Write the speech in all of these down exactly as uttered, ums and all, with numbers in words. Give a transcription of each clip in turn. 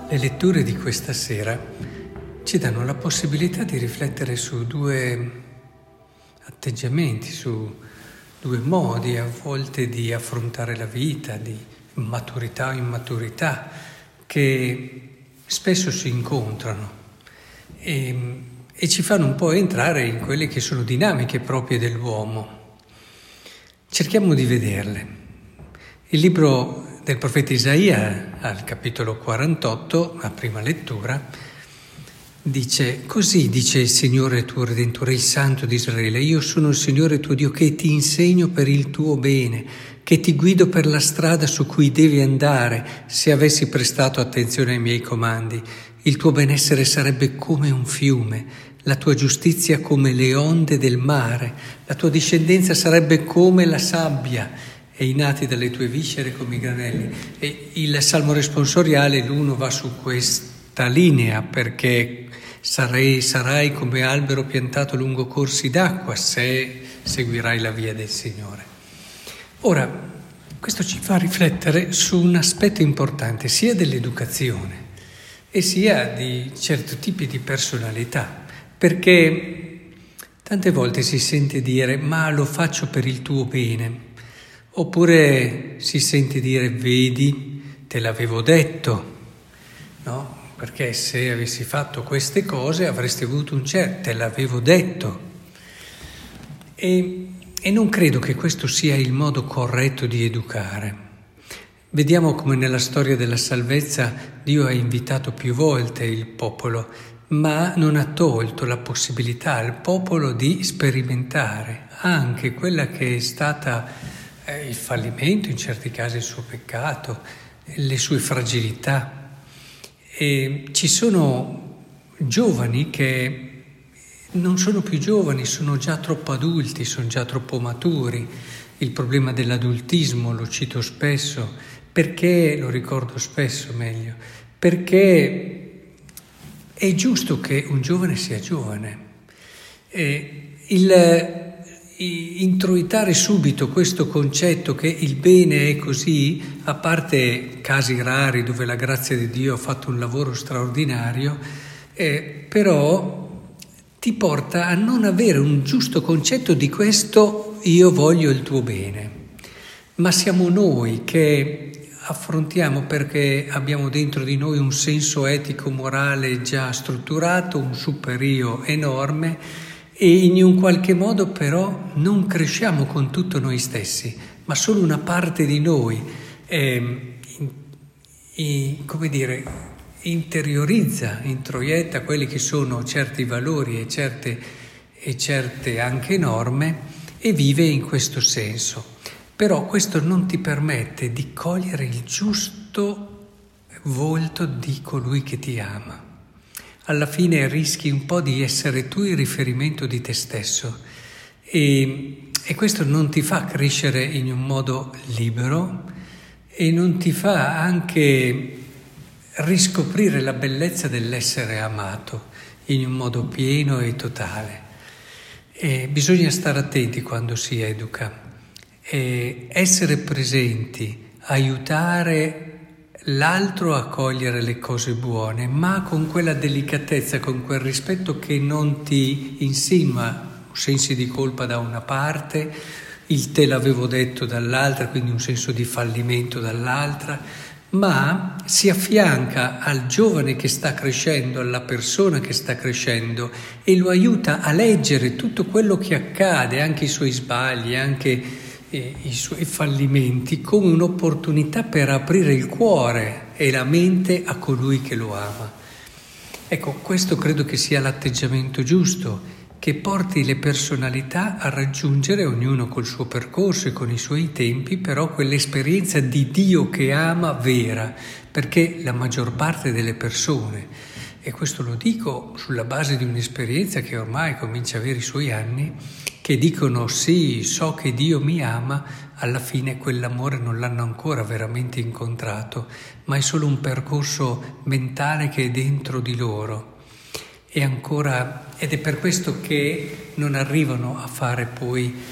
Le letture di questa sera ci danno la possibilità di riflettere su due atteggiamenti, su due modi a volte di affrontare la vita, di maturità o immaturità, che spesso si incontrano e, e ci fanno un po' entrare in quelle che sono dinamiche proprie dell'uomo. Cerchiamo di vederle. Il libro del profeta Isaia, al capitolo quarantotto, la prima lettura, dice: così dice il Signore tuo Redentore, il Santo di Israele: io sono il Signore tuo Dio che ti insegno per il tuo bene, che ti guido per la strada su cui devi andare. Se avessi prestato attenzione ai miei comandi, il tuo benessere sarebbe come un fiume, la tua giustizia come le onde del mare, la tua discendenza sarebbe come la sabbia e i nati dalle tue viscere come i granelli. E il salmo responsoriale, l'uno va su questa linea, perché sarai, sarai come albero piantato lungo corsi d'acqua se seguirai la via del Signore. Ora, questo ci fa riflettere su un aspetto importante, sia dell'educazione e sia di certi tipi di personalità, perché tante volte si sente dire: ma lo faccio per il tuo bene. Oppure si sente dire: vedi, te l'avevo detto, no? Perché se avessi fatto queste cose avresti avuto un certo, te l'avevo detto. E, e non credo che questo sia il modo corretto di educare. Vediamo come nella storia della salvezza Dio ha invitato più volte il popolo, ma non ha tolto la possibilità al popolo di sperimentare anche quella che è stata il fallimento, in certi casi il suo peccato, le sue fragilità. E ci sono giovani che non sono più giovani, sono già troppo adulti, sono già troppo maturi. Il problema dell'adultismo lo cito spesso, perché, lo ricordo spesso meglio, perché è giusto che un giovane sia giovane. E il introitare subito questo concetto che il bene è così, a parte casi rari dove la grazia di Dio ha fatto un lavoro straordinario, eh, però ti porta a non avere un giusto concetto di questo io voglio il tuo bene. Ma siamo noi che affrontiamo, perché abbiamo dentro di noi un senso etico morale già strutturato, un superio enorme, e in un qualche modo però non cresciamo con tutto noi stessi, ma solo una parte di noi, eh, in, in, come dire, interiorizza, introietta quelli che sono certi valori e certe, e certe anche norme e vive in questo senso. Però questo non ti permette di cogliere il giusto volto di colui che ti ama. Alla fine rischi un po' di essere tu il riferimento di te stesso e, e questo non ti fa crescere in un modo libero e non ti fa anche riscoprire la bellezza dell'essere amato in un modo pieno e totale. E bisogna stare attenti quando si educa, e essere presenti, aiutare l'altro a cogliere le cose buone, ma con quella delicatezza, con quel rispetto che non ti insinua sensi di colpa da una parte, il te l'avevo detto dall'altra, quindi un senso di fallimento dall'altra, ma si affianca al giovane che sta crescendo, alla persona che sta crescendo e lo aiuta a leggere tutto quello che accade, anche i suoi sbagli, anche e i suoi fallimenti, come un'opportunità per aprire il cuore e la mente a colui che lo ama. Ecco, questo credo che sia l'atteggiamento giusto, che porti le personalità a raggiungere, ognuno col suo percorso e con i suoi tempi, però quell'esperienza di Dio che ama vera, perché la maggior parte delle persone, e questo lo dico sulla base di un'esperienza che ormai comincia a avere i suoi anni, che dicono sì, so che Dio mi ama, alla fine quell'amore non l'hanno ancora veramente incontrato, ma è solo un percorso mentale che è dentro di loro. E ancora, ed è per questo che non arrivano a fare poi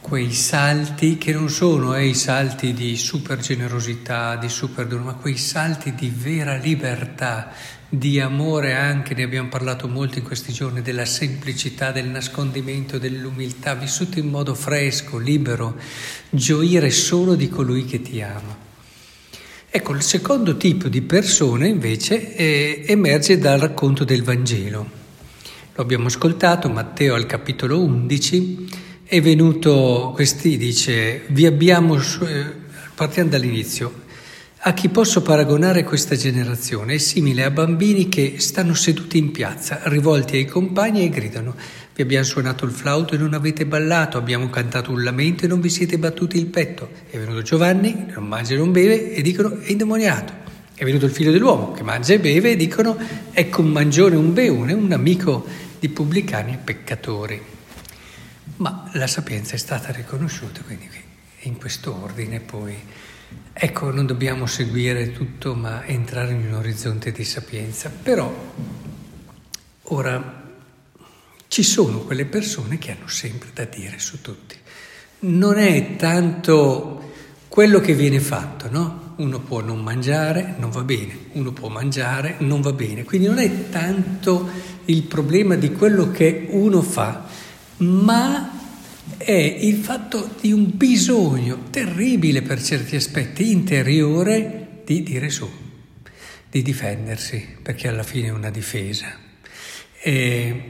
quei salti che non sono eh, i salti di super generosità, di super dono, ma quei salti di vera libertà, di amore anche, ne abbiamo parlato molto in questi giorni, della semplicità, del nascondimento, dell'umiltà, vissuto in modo fresco, libero, gioire solo di colui che ti ama. Ecco, il secondo tipo di persone invece eh, emerge dal racconto del Vangelo. Lo abbiamo ascoltato, Matteo al capitolo undici, è venuto, questi dice, vi abbiamo, eh, partiamo dall'inizio, a chi posso paragonare questa generazione? È simile a bambini che stanno seduti in piazza, rivolti ai compagni e gridano, vi abbiamo suonato il flauto e non avete ballato, abbiamo cantato un lamento e non vi siete battuti il petto. È venuto Giovanni, non mangia e non beve, e dicono, è indemoniato. È venuto il figlio dell'uomo, che mangia e beve, e dicono, ecco un mangione, un beone, un amico di pubblicani e peccatori. Ma la sapienza è stata riconosciuta, quindi in questo ordine poi. Ecco, non dobbiamo seguire tutto, ma entrare in un orizzonte di sapienza. Però, ora, ci sono quelle persone che hanno sempre da dire su tutti. Non è tanto quello che viene fatto, no? Uno può non mangiare, non va bene. Uno può mangiare, non va bene. Quindi non è tanto il problema di quello che uno fa, ma è il fatto di un bisogno terribile per certi aspetti interiore di dire su, di difendersi, perché alla fine è una difesa, e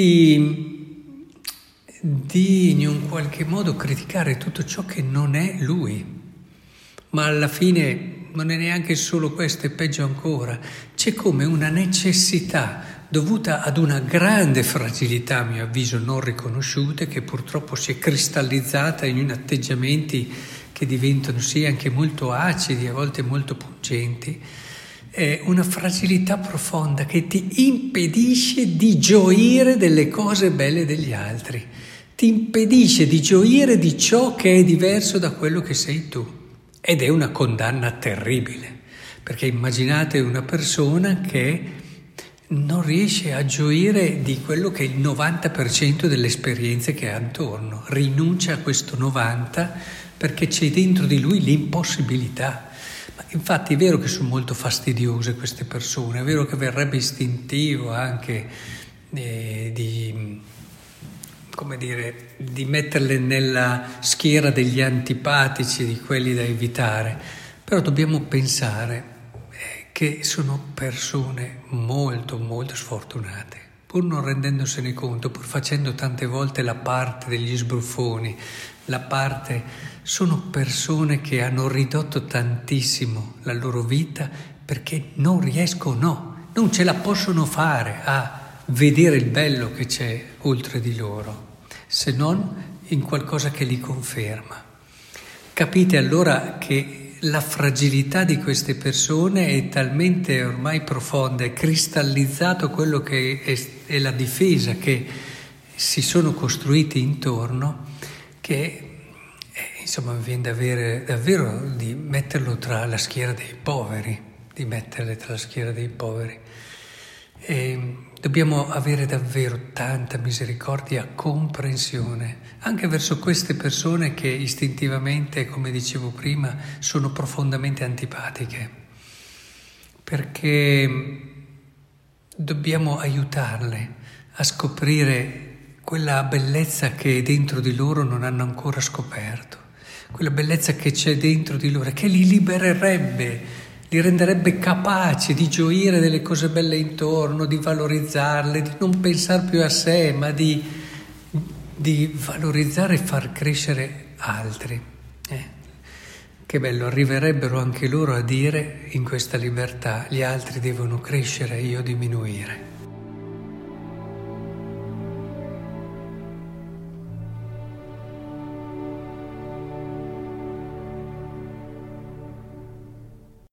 di, di in un qualche modo criticare tutto ciò che non è lui, ma alla fine non è neanche solo questo, è peggio ancora, c'è come una necessità dovuta ad una grande fragilità, a mio avviso, non riconosciuta, che purtroppo si è cristallizzata in atteggiamenti che diventano sì anche molto acidi, a volte molto pungenti, è una fragilità profonda che ti impedisce di gioire delle cose belle degli altri, ti impedisce di gioire di ciò che è diverso da quello che sei tu. Ed è una condanna terribile, perché immaginate una persona che non riesce a gioire di quello che è il novanta per cento delle esperienze che ha attorno, rinuncia a questo novanta perché c'è dentro di lui l'impossibilità. Ma infatti è vero che sono molto fastidiose queste persone, è vero che verrebbe istintivo anche eh, di, come dire, di metterle nella schiera degli antipatici, di quelli da evitare, però dobbiamo pensare che sono persone molto, molto sfortunate, pur non rendendosene conto, pur facendo tante volte la parte degli sbruffoni, la parte, sono persone che hanno ridotto tantissimo la loro vita perché non riescono, non ce la possono fare a vedere il bello che c'è oltre di loro, se non in qualcosa che li conferma. Capite allora che la fragilità di queste persone è talmente ormai profonda, è cristallizzato quello che è, è la difesa che si sono costruiti intorno, che eh, insomma mi viene da avere, davvero di metterlo tra la schiera dei poveri, di metterle tra la schiera dei poveri. E dobbiamo avere davvero tanta misericordia, comprensione, anche verso queste persone che istintivamente, come dicevo prima, sono profondamente antipatiche, perché dobbiamo aiutarle a scoprire quella bellezza che dentro di loro non hanno ancora scoperto, quella bellezza che c'è dentro di loro, che li libererebbe, li renderebbe capaci di gioire delle cose belle intorno, di valorizzarle, di non pensare più a sé, ma di, di valorizzare e far crescere altri. Eh, che bello, arriverebbero anche loro a dire in questa libertà, gli altri devono crescere e io diminuire.